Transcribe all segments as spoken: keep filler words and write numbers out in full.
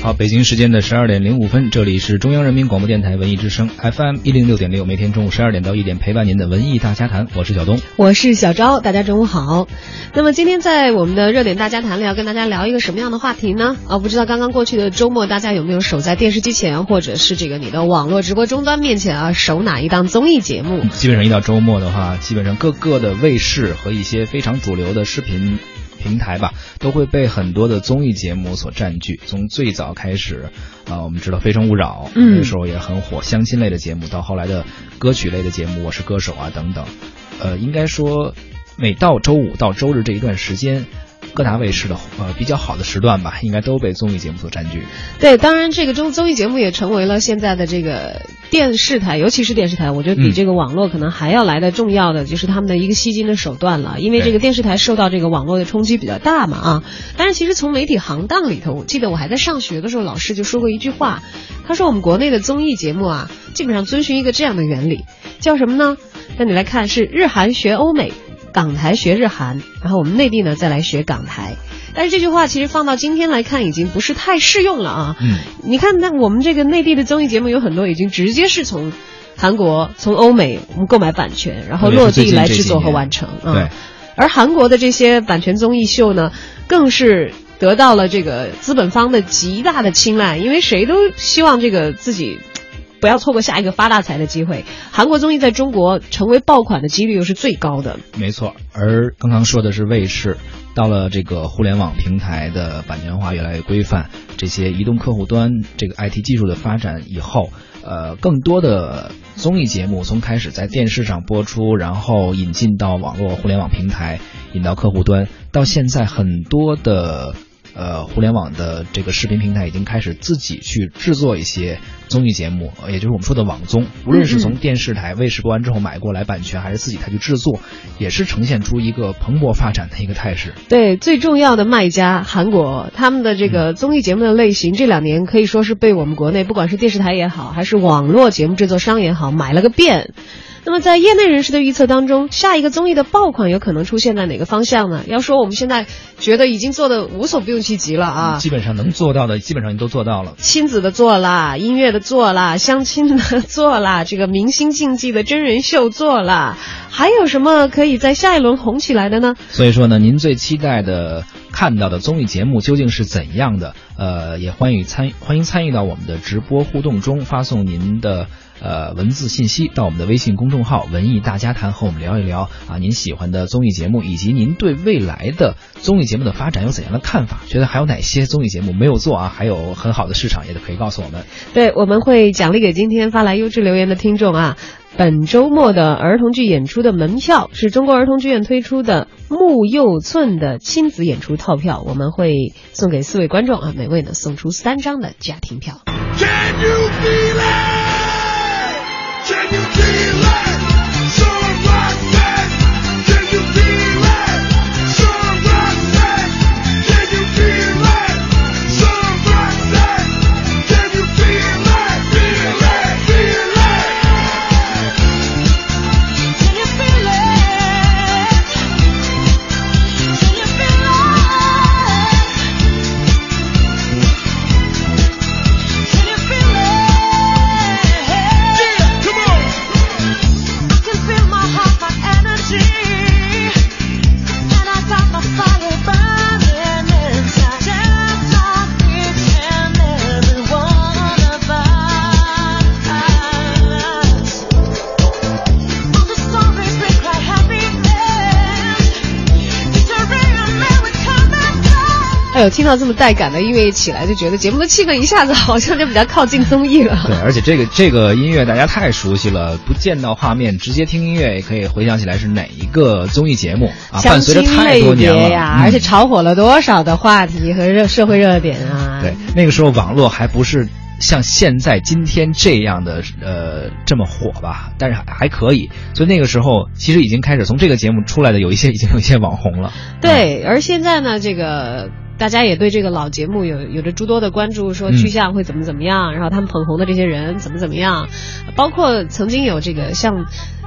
好，北京时间的十二点零五分，这里是中央人民广播电台文艺之声 F M 一零六点六，每天中午十二点到一点陪伴您的文艺大家谈，我是小东， 我是小昭，大家中午好。那么今天在我们的热点大家谈里要跟大家聊一个什么样的话题呢？啊，不知道刚刚过去的周末大家有没有守在电视机前，或者是这个你的网络直播终端面前啊，守哪一档综艺节目？ 嗯、基本上一到周末的话，基本上各个的卫视和一些非常主流的视频平台吧，都会被很多的综艺节目所占据。从最早开始啊、呃，我们知道《非诚勿扰》嗯，那个时候也很火，相亲类的节目，到后来的歌曲类的节目《我是歌手》啊等等。呃，应该说每到周五到周日这一段时间，各大卫视的呃比较好的时段吧，应该都被综艺节目所占据。 对，当然这个综综艺节目也成为了现在的这个电视台，尤其是电视台，我觉得比这个网络可能还要来的重要的，就是他们的一个吸金的手段了。因为这个电视台受到这个网络的冲击比较大嘛啊。但是其实从媒体行当里头，我记得我还在上学的时候，老师就说过一句话，他说我们国内的综艺节目啊，基本上遵循一个这样的原理，叫什么呢？那你来看，是日韩学欧美，港台学日韩，然后我们内地呢再来学港台。但是这句话其实放到今天来看已经不是太适用了啊。嗯，你看那我们这个内地的综艺节目有很多已经直接是从韩国从欧美我们购买版权，然后落地来制作和完成啊。对。而韩国的这些版权综艺秀呢，更是得到了这个资本方的极大的青睐，因为谁都希望这个自己不要错过下一个发大财的机会。韩国综艺在中国成为爆款的几率又是最高的。 没错，而刚刚说的是卫视，到了这个互联网平台的版权化越来越规范，这些移动客户端这个 I T 技术的发展以后，呃，更多的综艺节目从开始在电视上播出，然后引进到网络互联网平台，引到客户端，到现在很多的呃，互联网的这个视频平台已经开始自己去制作一些综艺节目，也就是我们说的网综，无论是从电视台卫视播完之后买过来版权，还是自己台去制作，也是呈现出一个蓬勃发展的一个态势。 对，最重要的卖家韩国，他们的这个综艺节目的类型，嗯、这两年可以说是被我们国内不管是电视台也好，还是网络节目制作商也好，买了个遍。那么在业内人士的预测当中，下一个综艺的爆款有可能出现在哪个方向呢？要说我们现在觉得已经做的无所不用其极了啊， 基本上能做到的基本上都做到了， 亲子的做啦，音乐的做啦，相亲的做啦，这个明星竞技的真人秀做啦，还有什么可以在下一轮红起来的呢？ 所以说呢，您最期待的看到的综艺节目究竟是怎样的？呃，也欢迎参欢迎参与到我们的直播互动中，发送您的呃文字信息到我们的微信公众号文艺大家谈，和我们聊一聊啊您喜欢的综艺节目，以及您对未来的综艺节目的发展有怎样的看法，觉得还有哪些综艺节目没有做啊，还有很好的市场，也可以告诉我们。 对，我们会奖励给今天发来优质留言的听众啊。本周末的儿童剧演出的门票是中国儿童剧院推出的木右寸的亲子演出套票，我们会送给四位观众啊，每位呢送出三张的家庭票。 Can you feel it? Can you feel it? So rock that. Can you feel it? So rock that. Can you feel it? So rock that. Can you feel it? Feel it, feel it.哎呦，听到这么带感的音乐一起来，就觉得节目的气氛一下子好像就比较靠近综艺了。 对，而且这个这个音乐大家太熟悉了，不见到画面，直接听音乐也可以回想起来是哪一个综艺节目啊，伴随着太多年了呀、嗯，而且炒火了多少的话题和热社会热点啊。 对，那个时候网络还不是像现在今天这样的呃这么火吧，但是还还可以，所以那个时候其实已经开始从这个节目出来的有一些已经有一些网红了。 对，嗯、而现在呢，这个大家也对这个老节目有有着诸多的关注，说去向会怎么怎么样，嗯、然后他们捧红的这些人怎么怎么样，包括曾经有这个像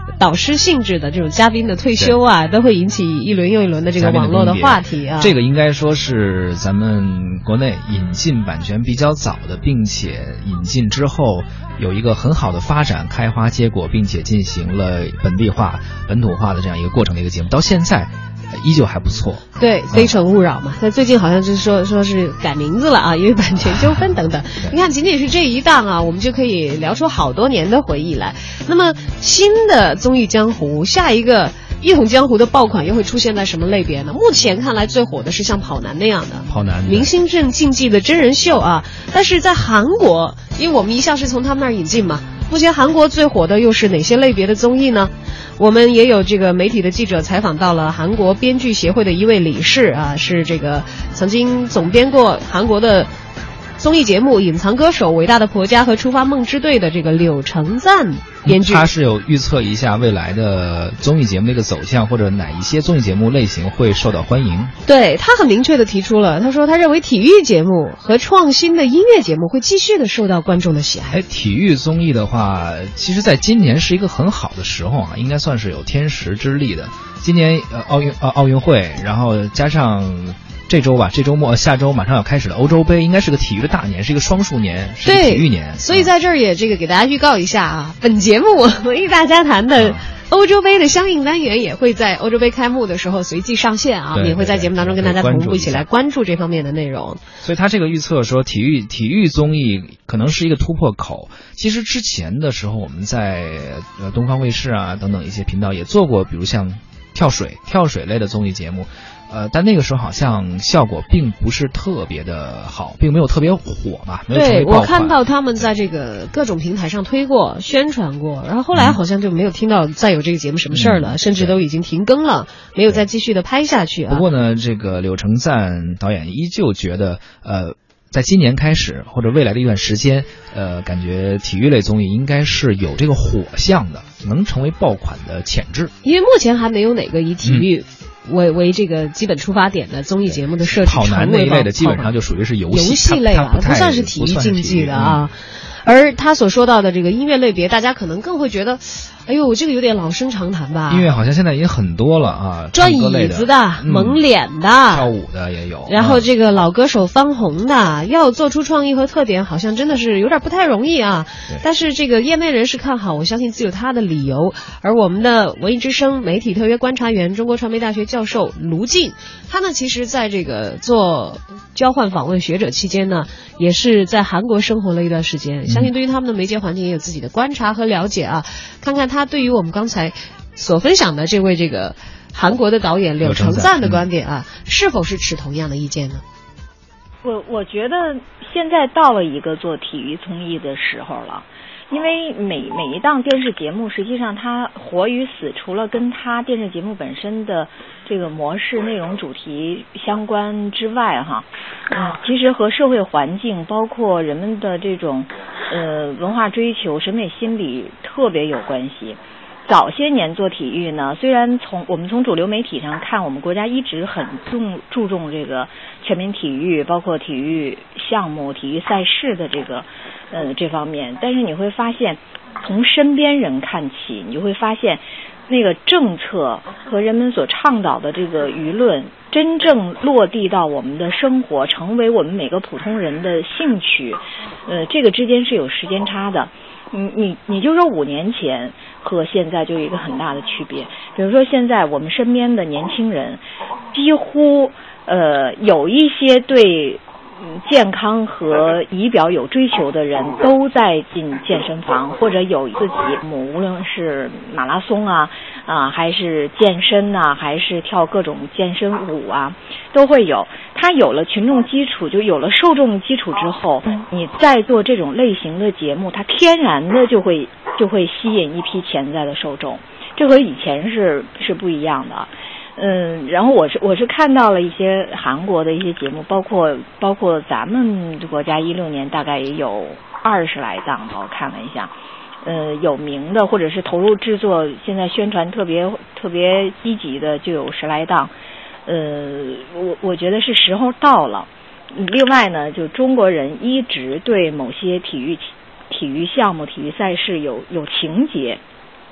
导师性质的这种嘉宾的退休啊，都会引起一轮又一轮的这个网络的话题啊。 这个应该说是咱们国内引进版权比较早的，并且引进之后有一个很好的发展、开花结果，并且进行了本地化、本土化的这样一个过程的一个节目，到现在依旧还不错。 对，非诚勿扰嘛，那、嗯、最近好像就是说说是改名字了啊，因为版权纠纷等等。你看，仅仅是这一档啊，我们就可以聊出好多年的回忆来。那么新的综艺江湖，下一个一统江湖的爆款又会出现在什么类别呢？目前看来最火的是像跑男那样的跑男明星镇竞技的真人秀啊，但是在韩国，因为我们一向是从他们那儿引进嘛，目前韩国最火的又是哪些类别的综艺呢？我们也有这个媒体的记者采访到了韩国编剧协会的一位理事啊，是这个曾经总编过韩国的综艺节目《隐藏歌手》、《伟大的婆家》和《出发梦之队》的这个柳承赞编剧。 他是有预测一下未来的综艺节目的一个走向，或者哪一些综艺节目类型会受到欢迎。 对，他很明确地提出了，他说他认为体育节目和创新的音乐节目会继续的受到观众的喜爱。 哎，体育综艺的话，其实在今年是一个很好的时候啊，应该算是有天时之力的。今年呃奥运呃奥运会，然后加上这周吧，这周末下周马上要开始的欧洲杯，应该是个体育的大年，是一个双数年，是个体育年。 所以在这儿也这个给大家预告一下啊，本节目文艺大家谈的欧洲杯的相应单元也会在欧洲杯开幕的时候随即上线啊，也会在节目当中跟大家同步一起来关注这方面的内容。 所以他这个预测说体育体育综艺可能是一个突破口。其实之前的时候我们在呃东方卫视啊等等一些频道也做过，比如像跳水跳水类的综艺节目。呃，但那个时候好像效果并不是特别的好，并没有特别火嘛，没有成为爆款。 对，我看到他们在这个各种平台上推过、宣传过，然后后来好像就没有听到再有这个节目什么事儿了，嗯、甚至都已经停更了，没有再继续的拍下去啊。 不过呢，这个柳承赞导演依旧觉得，呃。在今年开始或者未来的一段时间，呃，感觉体育类综艺应该是有这个火象的，能成为爆款的潜质。 因为目前还没有哪个以体育为、嗯、为这个基本出发点的综艺节目的设置。 跑男那一类的基本上就属于是游戏游戏类了，不算是体育竞技的啊。而他所说到的这个音乐类别，大家可能更会觉得，哎呦，这个有点老生常谈吧。 音乐好像现在已经很多了啊， 转椅子的、嗯、蒙脸的、 跳舞的也有。 然后这个老歌手翻红的，要做出创意和特点，好像真的是有点不太容易啊。但是这个业内人士看好，我相信自有他的理由。而我们的文艺之声媒体特约观察员、中国传媒大学教授卢静，他呢其实在这个做交换访问学者期间呢，也是在韩国生活了一段时间。相信对于他们的媒介环境也有自己的观察和了解啊，看看他对于我们刚才所分享的这位这个韩国的导演柳承赞的观点啊，嗯、是否是持同样的意见呢？ 我我觉得现在到了一个做体育综艺的时候了，因为每每一档电视节目实际上它活与死，除了跟它电视节目本身的这个模式、内容、主题相关之外，哈，嗯，其实和社会环境，包括人们的这种呃文化追求、审美心理特别有关系。早些年做体育呢，虽然从我们从主流媒体上看，我们国家一直很重注重这个全民体育，包括体育项目、体育赛事的这个呃这方面，但是你会发现，从身边人看起，你就会发现，那个政策和人们所倡导的这个舆论，真正落地到我们的生活，成为我们每个普通人的兴趣，呃，这个之间是有时间差的。你你你就说五年前和现在就有一个很大的区别。比如说现在我们身边的年轻人，几乎呃有一些对健康和仪表有追求的人都在进健身房，或者有自己无论是马拉松啊啊还是健身啊，还是跳各种健身舞啊，都会有。他有了群众基础，就有了受众基础之后，你再做这种类型的节目，它天然的就会就会吸引一批潜在的受众，这和以前是是不一样的。嗯，然后我是我是看到了一些韩国的一些节目，包括包括咱们国家一六年大概也有二十来档吧，我看了一下，呃，有名的或者是投入制作，现在宣传特别特别积极的就有十来档，呃，我我觉得是时候到了。另外呢，就中国人一直对某些体育体育项目、体育赛事有有情节。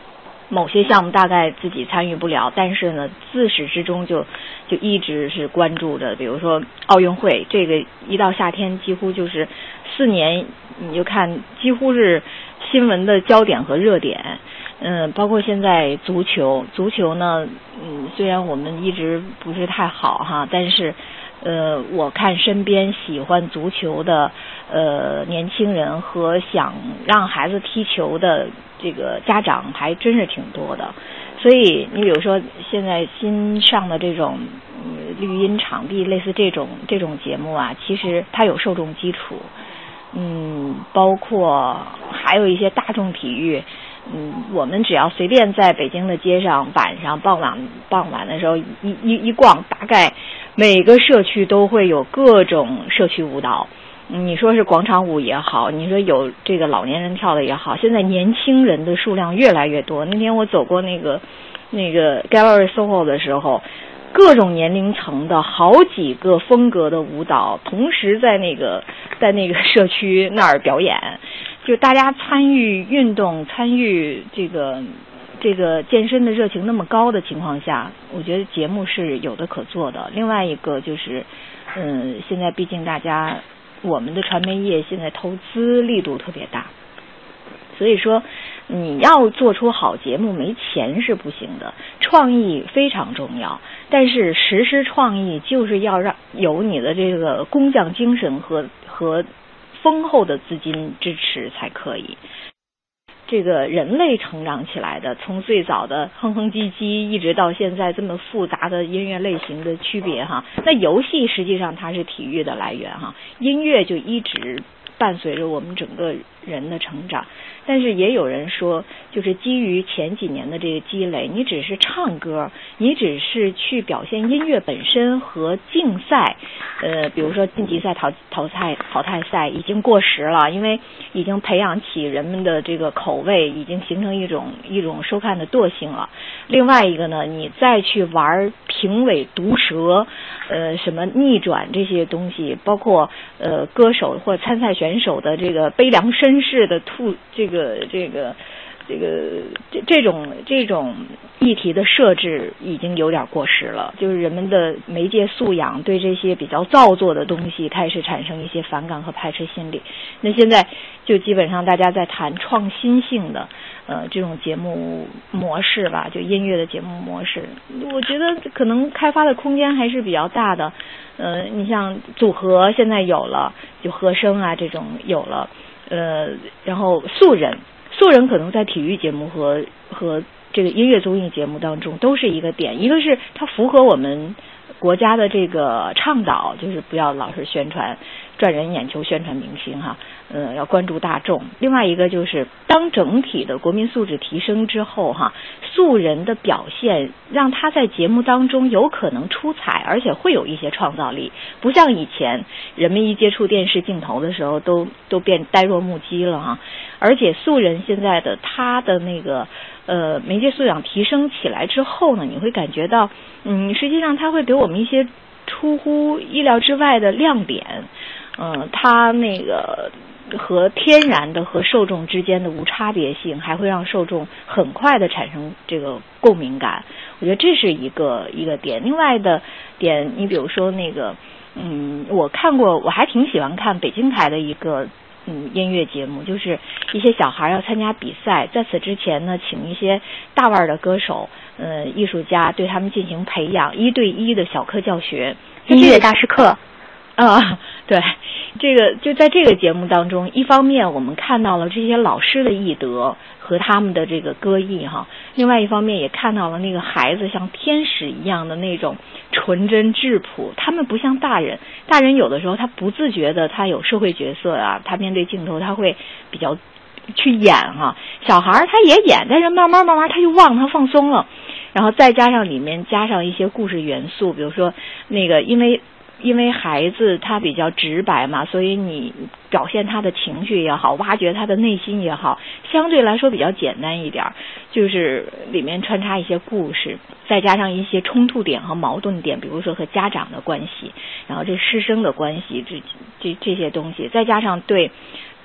某些项目大概自己参与不了，但是呢，自始至终就就一直是关注着。比如说奥运会，这个一到夏天，几乎就是四年，你就看几乎是新闻的焦点和热点。嗯，包括现在足球，足球呢，嗯，虽然我们一直不是太好哈，但是。呃，我看身边喜欢足球的呃年轻人和想让孩子踢球的这个家长还真是挺多的，所以你比如说现在新上的这种、嗯、绿茵场地类似这种这种节目啊，其实它有受众基础，嗯，包括还有一些大众体育。嗯，我们只要随便在北京的街上晚上傍晚傍晚的时候一一一逛，大概每个社区都会有各种社区舞蹈。你说是广场舞也好，你说有这个老年人跳的也好，现在年轻人的数量越来越多。那天我走过那个那个 Gallery Soho 的时候，各种年龄层的好几个风格的舞蹈同时在那个在那个社区那儿表演。就大家参与运动、参与这个这个健身的热情那么高的情况下，我觉得节目是有的可做的。另外一个就是，嗯，现在毕竟大家我们的传媒业现在投资力度特别大，所以说你要做出好节目，没钱是不行的，创意非常重要。但是实施创意就是要让有你的这个工匠精神和和。丰厚的资金支持才可以。这个人类成长起来的，从最早的哼哼唧唧一直到现在这么复杂的音乐类型的区别哈，那游戏实际上它是体育的来源哈，音乐就一直伴随着我们整个人的成长。但是也有人说，就是基于前几年的这个积累，你只是唱歌，你只是去表现音乐本身和竞赛，呃，比如说晋级赛、淘淘汰淘汰赛已经过时了，因为已经培养起人们的这个口味，已经形成一种一种收看的惰性了。另外一个呢，你再去玩评委毒舌，呃，什么逆转这些东西，包括呃歌手或参赛选手的这个悲凉身世的吐这个。这个这个这个这这种这种议题的设置已经有点过时了，就是人们的媒介素养对这些比较造作的东西开始产生一些反感和排斥心理。那现在就基本上大家在谈创新性的呃这种节目模式吧，就音乐的节目模式，我觉得可能开发的空间还是比较大的。呃，你像组合现在有了，就和声啊这种有了。呃，然后素人，素人可能在体育节目和和这个音乐综艺节目当中都是一个点，一个是它符合我们国家的这个倡导，就是不要老是宣传赚人眼球、宣传明星哈，呃，要关注大众。另外一个就是当整体的国民素质提升之后哈，素人的表现让他在节目当中有可能出彩，而且会有一些创造力，不像以前人们一接触电视镜头的时候都都变呆若木鸡了哈。而且素人现在的他的那个呃媒介素养提升起来之后呢，你会感觉到嗯，实际上他会给我们一些出乎意料之外的亮点。嗯，他那个和天然的和受众之间的无差别性，还会让受众很快的产生这个共鸣感。我觉得这是一个一个点。另外的点，你比如说那个，嗯，我看过，我还挺喜欢看北京台的一个嗯音乐节目，就是一些小孩要参加比赛，在此之前呢，请一些大腕的歌手、呃艺术家对他们进行培养，一对一的小课教学， 音乐大师课。 啊，对，这个就在这个节目当中，一方面我们看到了这些老师的艺德和他们的这个歌艺哈，另外一方面也看到了那个孩子像天使一样的那种纯真质朴。他们不像大人，大人有的时候他不自觉的他有社会角色啊，他面对镜头他会比较去演哈，小孩他也演，但是慢慢慢慢他就忘了，他放松了，然后再加上里面加上一些故事元素，比如说那个因为。因为孩子他比较直白嘛，所以你表现他的情绪也好，挖掘他的内心也好，相对来说比较简单一点，就是里面穿插一些故事，再加上一些冲突点和矛盾点，比如说和家长的关系，然后这师生的关系，这这这些东西，再加上对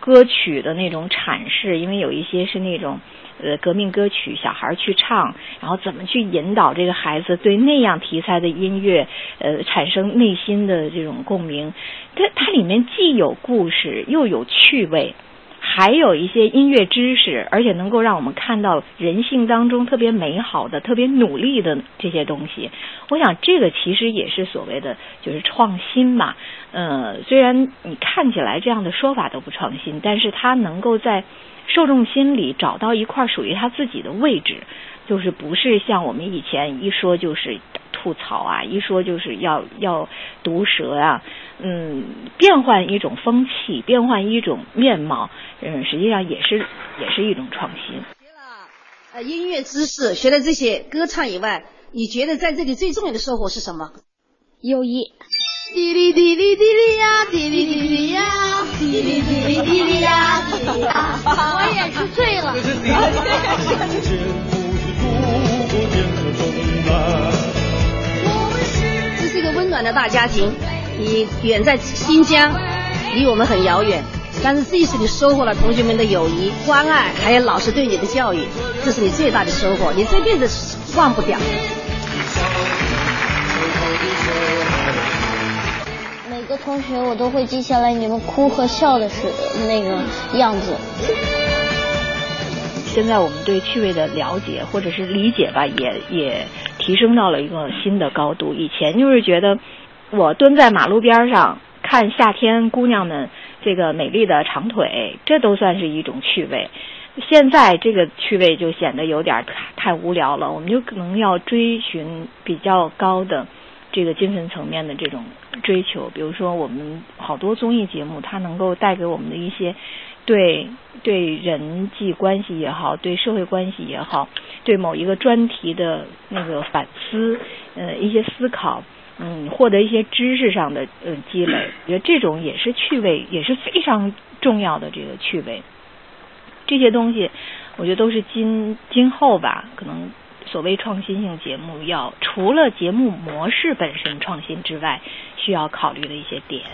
歌曲的那种阐释，因为有一些是那种呃革命歌曲，小孩去唱，然后怎么去引导这个孩子对那样题材的音乐呃产生内心的这种共鸣。它它里面既有故事，又有趣味，还有一些音乐知识，而且能够让我们看到人性当中特别美好的、特别努力的这些东西。我想这个其实也是所谓的就是创新嘛。呃，虽然你看起来这样的说法都不创新，但是它能够在受众心里找到一块属于他自己的位置，就是不是像我们以前一说就是吐槽啊，一说就是要要毒舌啊，嗯，变换一种风气，变换一种面貌，嗯，实际上也是也是一种创新。 学了呃音乐知识，学了这些歌唱以外，你觉得在这里最重要的收获是什么？ 友谊。滴哩滴哩滴哩呀，滴哩滴哩呀，滴哩滴哩滴哩呀，滴哩呀，我也是醉了。 这是一个温暖的大家庭，你远在新疆，离我们很遥远，但是这一次你收获了同学们的友谊、关爱，还有老师对你的教育，这是你最大的收获，你这辈子忘不掉。 每个同学我都会记下来你们哭和笑的是那个样子。 现在我们对趣味的了解或者是理解吧，也也提升到了一个新的高度。以前就是觉得我蹲在马路边上看夏天姑娘们这个美丽的长腿，这都算是一种趣味。现在这个趣味就显得有点太无聊了，我们就可能要追寻比较高的这个精神层面的这种追求。比如说我们好多综艺节目，它能够带给我们的一些对对人际关系也好，对社会关系也好，对某一个专题的那个反思，呃一些思考，嗯获得一些知识上的呃积累，我觉得这种也是趣味，也是非常重要的这个趣味。这些东西我觉得都是今今后吧，可能所谓创新性节目要除了节目模式本身创新之外，需要考虑的一些点。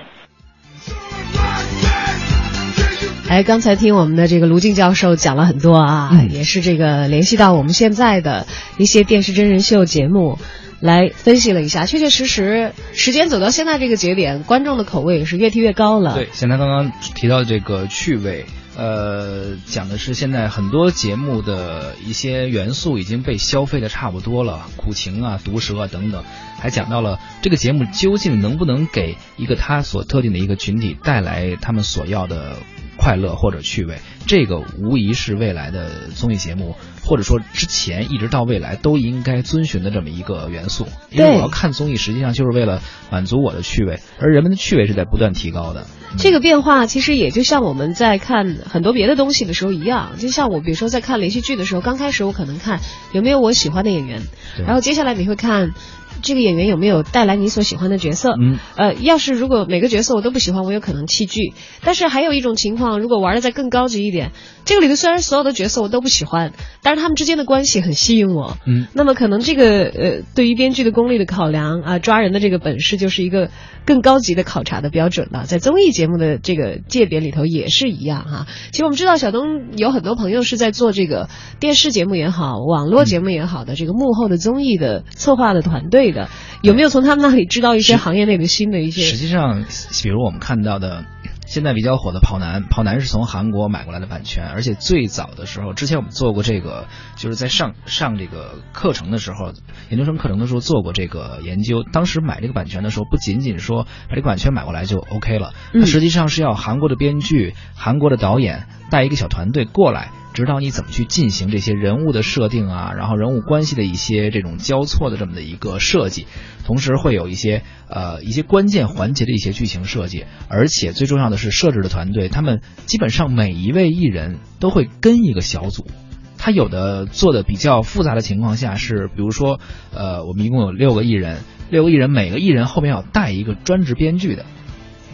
哎，刚才听我们的这个卢静教授讲了很多啊，嗯、也是这个联系到我们现在的一些电视真人秀节目来分析了一下。确确实实，时间走到现在这个节点，观众的口味也是越提越高了。 对，现在刚刚提到这个趣味，呃，讲的是现在很多节目的一些元素已经被消费的差不多了，苦情啊、毒舌啊等等，还讲到了这个节目究竟能不能给一个他所特定的一个群体带来他们所要的快乐或者趣味。这个无疑是未来的综艺节目，或者说之前一直到未来都应该遵循的这么一个元素。因为我要看综艺实际上就是为了满足我的趣味，而人们的趣味是在不断提高的。 这个变化其实也就像我们在看很多别的东西的时候一样，就像我比如说在看连续剧的时候，刚开始我可能看有没有我喜欢的演员，然后接下来你会看这个演员有没有带来你所喜欢的角色。嗯，呃，要是如果每个角色我都不喜欢，我有可能弃剧。但是还有一种情况，如果玩的再更高级一点，这个里头虽然所有的角色我都不喜欢，但是他们之间的关系很吸引我。嗯，那么可能这个呃，对于编剧的功力的考量啊，抓人的这个本事就是一个更高级的考察的标准了。在综艺节目的这个界别里头也是一样哈。其实我们知道小东有很多朋友是在做这个电视节目也好，网络节目也好的这个幕后的综艺的策划的团队的，有没有从他们那里知道一些行业内的新的一些？ 实际上，比如我们看到的现在比较火的跑男，跑男是从韩国买过来的版权，而且最早的时候，之前我们做过这个，就是在上上这个课程的时候，研究生课程的时候做过这个研究。当时买这个版权的时候，不仅仅说把这个版权买过来就 OK 了，它实际上是要韩国的编剧、韩国的导演带一个小团队过来，指导你怎么去进行这些人物的设定啊，然后人物关系的一些这种交错的这么的一个设计，同时会有一些呃一些关键环节的一些剧情设计，而且最重要的是设置的团队，他们基本上每一位艺人都会跟一个小组。他有的做的比较复杂的情况下是，比如说呃我们一共有六个艺人，六个艺人每个艺人后面要带一个专职编剧的。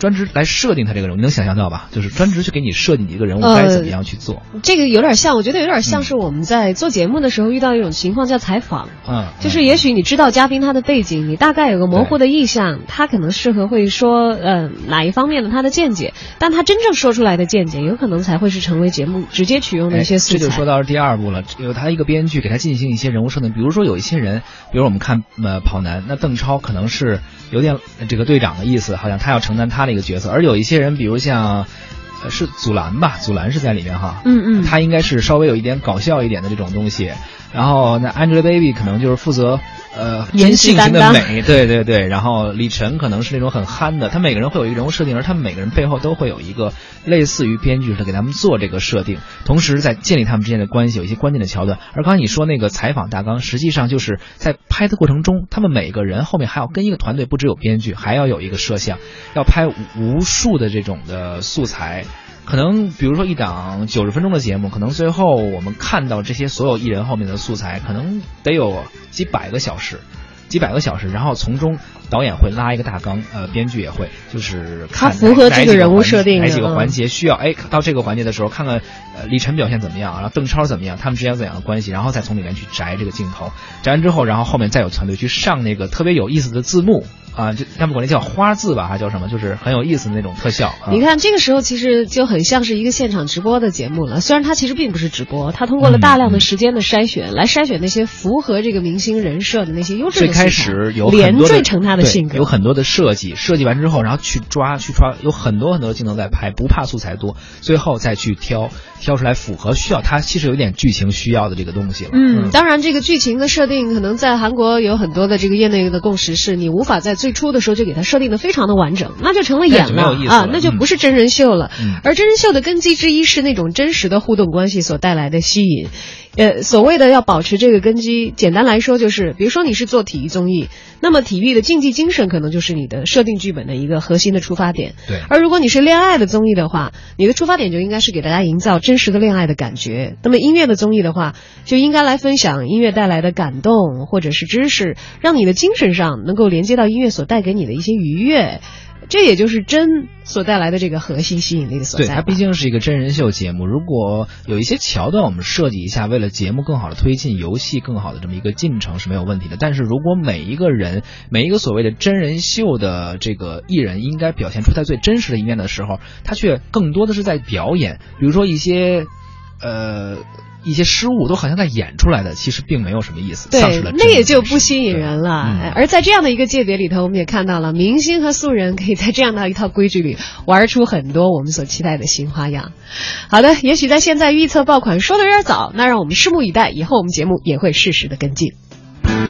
专职来设定他这个人物，你能想象到吧？就是专职去给你设计一个人物该怎么样去做。 呃、这个有点像，我觉得有点像是我们在做节目的时候遇到一种情况叫采访。 嗯， 就是也许你知道嘉宾他的背景，你大概有个模糊的意向，他可能适合会说呃哪一方面的他的见解，但他真正说出来的见解，有可能才会是成为节目直接取用的一些素材。 这就说到第二步了，有他一个编剧给他进行一些人物设定，比如说有一些人，比如我们看呃跑男，那邓超可能是有点这个队长的意思，好像他要承担他的一个角色，而有一些人，比如像。呃，是祖蓝吧？祖蓝是在里面哈， 嗯嗯， 他应该是稍微有一点搞笑一点的这种东西。然后那 Angelababy 可能就是负责呃真性情的美，对对对。然后李晨可能是那种很憨的，他每个人会有一个人物设定，而他们每个人背后都会有一个类似于编剧是给他们做这个设定，同时在建立他们之间的关系，有一些关键的桥段。而刚才你说那个采访大纲，实际上就是在拍的过程中，他们每个人后面还要跟一个团队，不只有编剧，还要有一个摄像，要拍无数的这种的素材。可能比如说一档九十分钟的节目，可能最后我们看到这些所有艺人后面的素材，可能得有几百个小时，几百个小时，然后从中导演会拉一个大纲，呃，编剧也会就是看他符合这个人物设定哪几个环节需要，哎，到这个环节的时候，看看呃李晨表现怎么样，然后邓超怎么样，他们之间有怎样的关系，然后再从里面去摘这个镜头，摘完之后，然后后面再有团队去上那个特别有意思的字幕。啊，就他们管那叫花字吧，还叫什么？就是很有意思的那种特效。啊、 你看，这个时候其实就很像是一个现场直播的节目了。虽然它其实并不是直播，它通过了大量的时间的筛选，嗯、来筛选那些符合这个明星人设的那些优质的素材。最开始有连缀成他的性格， 有很多的设计，设计完之后，然后去抓去抓，有很多很多的镜头在拍，不怕素材多，最后再去挑挑出来符合需要它，其实有点剧情需要的这个东西了。 嗯，嗯当然，这个剧情的设定可能在韩国有很多的这个业内的共识是，你无法在最初的时候就给它设定的非常的完整，那就成了演了啊，那就不是真人秀了。 嗯、 而真人秀的根基之一是那种真实的互动关系所带来的吸引。呃，所谓的要保持这个根基，简单来说就是，比如说你是做体育综艺，那么体育的竞技精神可能就是你的设定剧本的一个核心的出发点。 对。 而如果你是恋爱的综艺的话，你的出发点就应该是给大家营造真实的恋爱的感觉。那么音乐的综艺的话，就应该来分享音乐带来的感动或者是知识，让你的精神上能够连接到音乐所带给你的一些愉悦。这也就是真所带来的这个核心吸引力的所在。 对，它毕竟是一个真人秀节目，如果有一些桥段我们设计一下，为了节目更好的推进游戏更好的这么一个进程是没有问题的。但是如果每一个人每一个所谓的真人秀的这个艺人应该表现出他最真实的一面的时候，他却更多的是在表演，比如说一些呃一些失误都好像在演出来的，其实并没有什么意思，丧失了真对，那也就不吸引人了。 嗯、 而在这样的一个界别里头，我们也看到了明星和素人可以在这样的一套规矩里玩出很多我们所期待的新花样。好的，也许在现在预测爆款说的有点早，那让我们拭目以待，以后我们节目也会适时的跟进。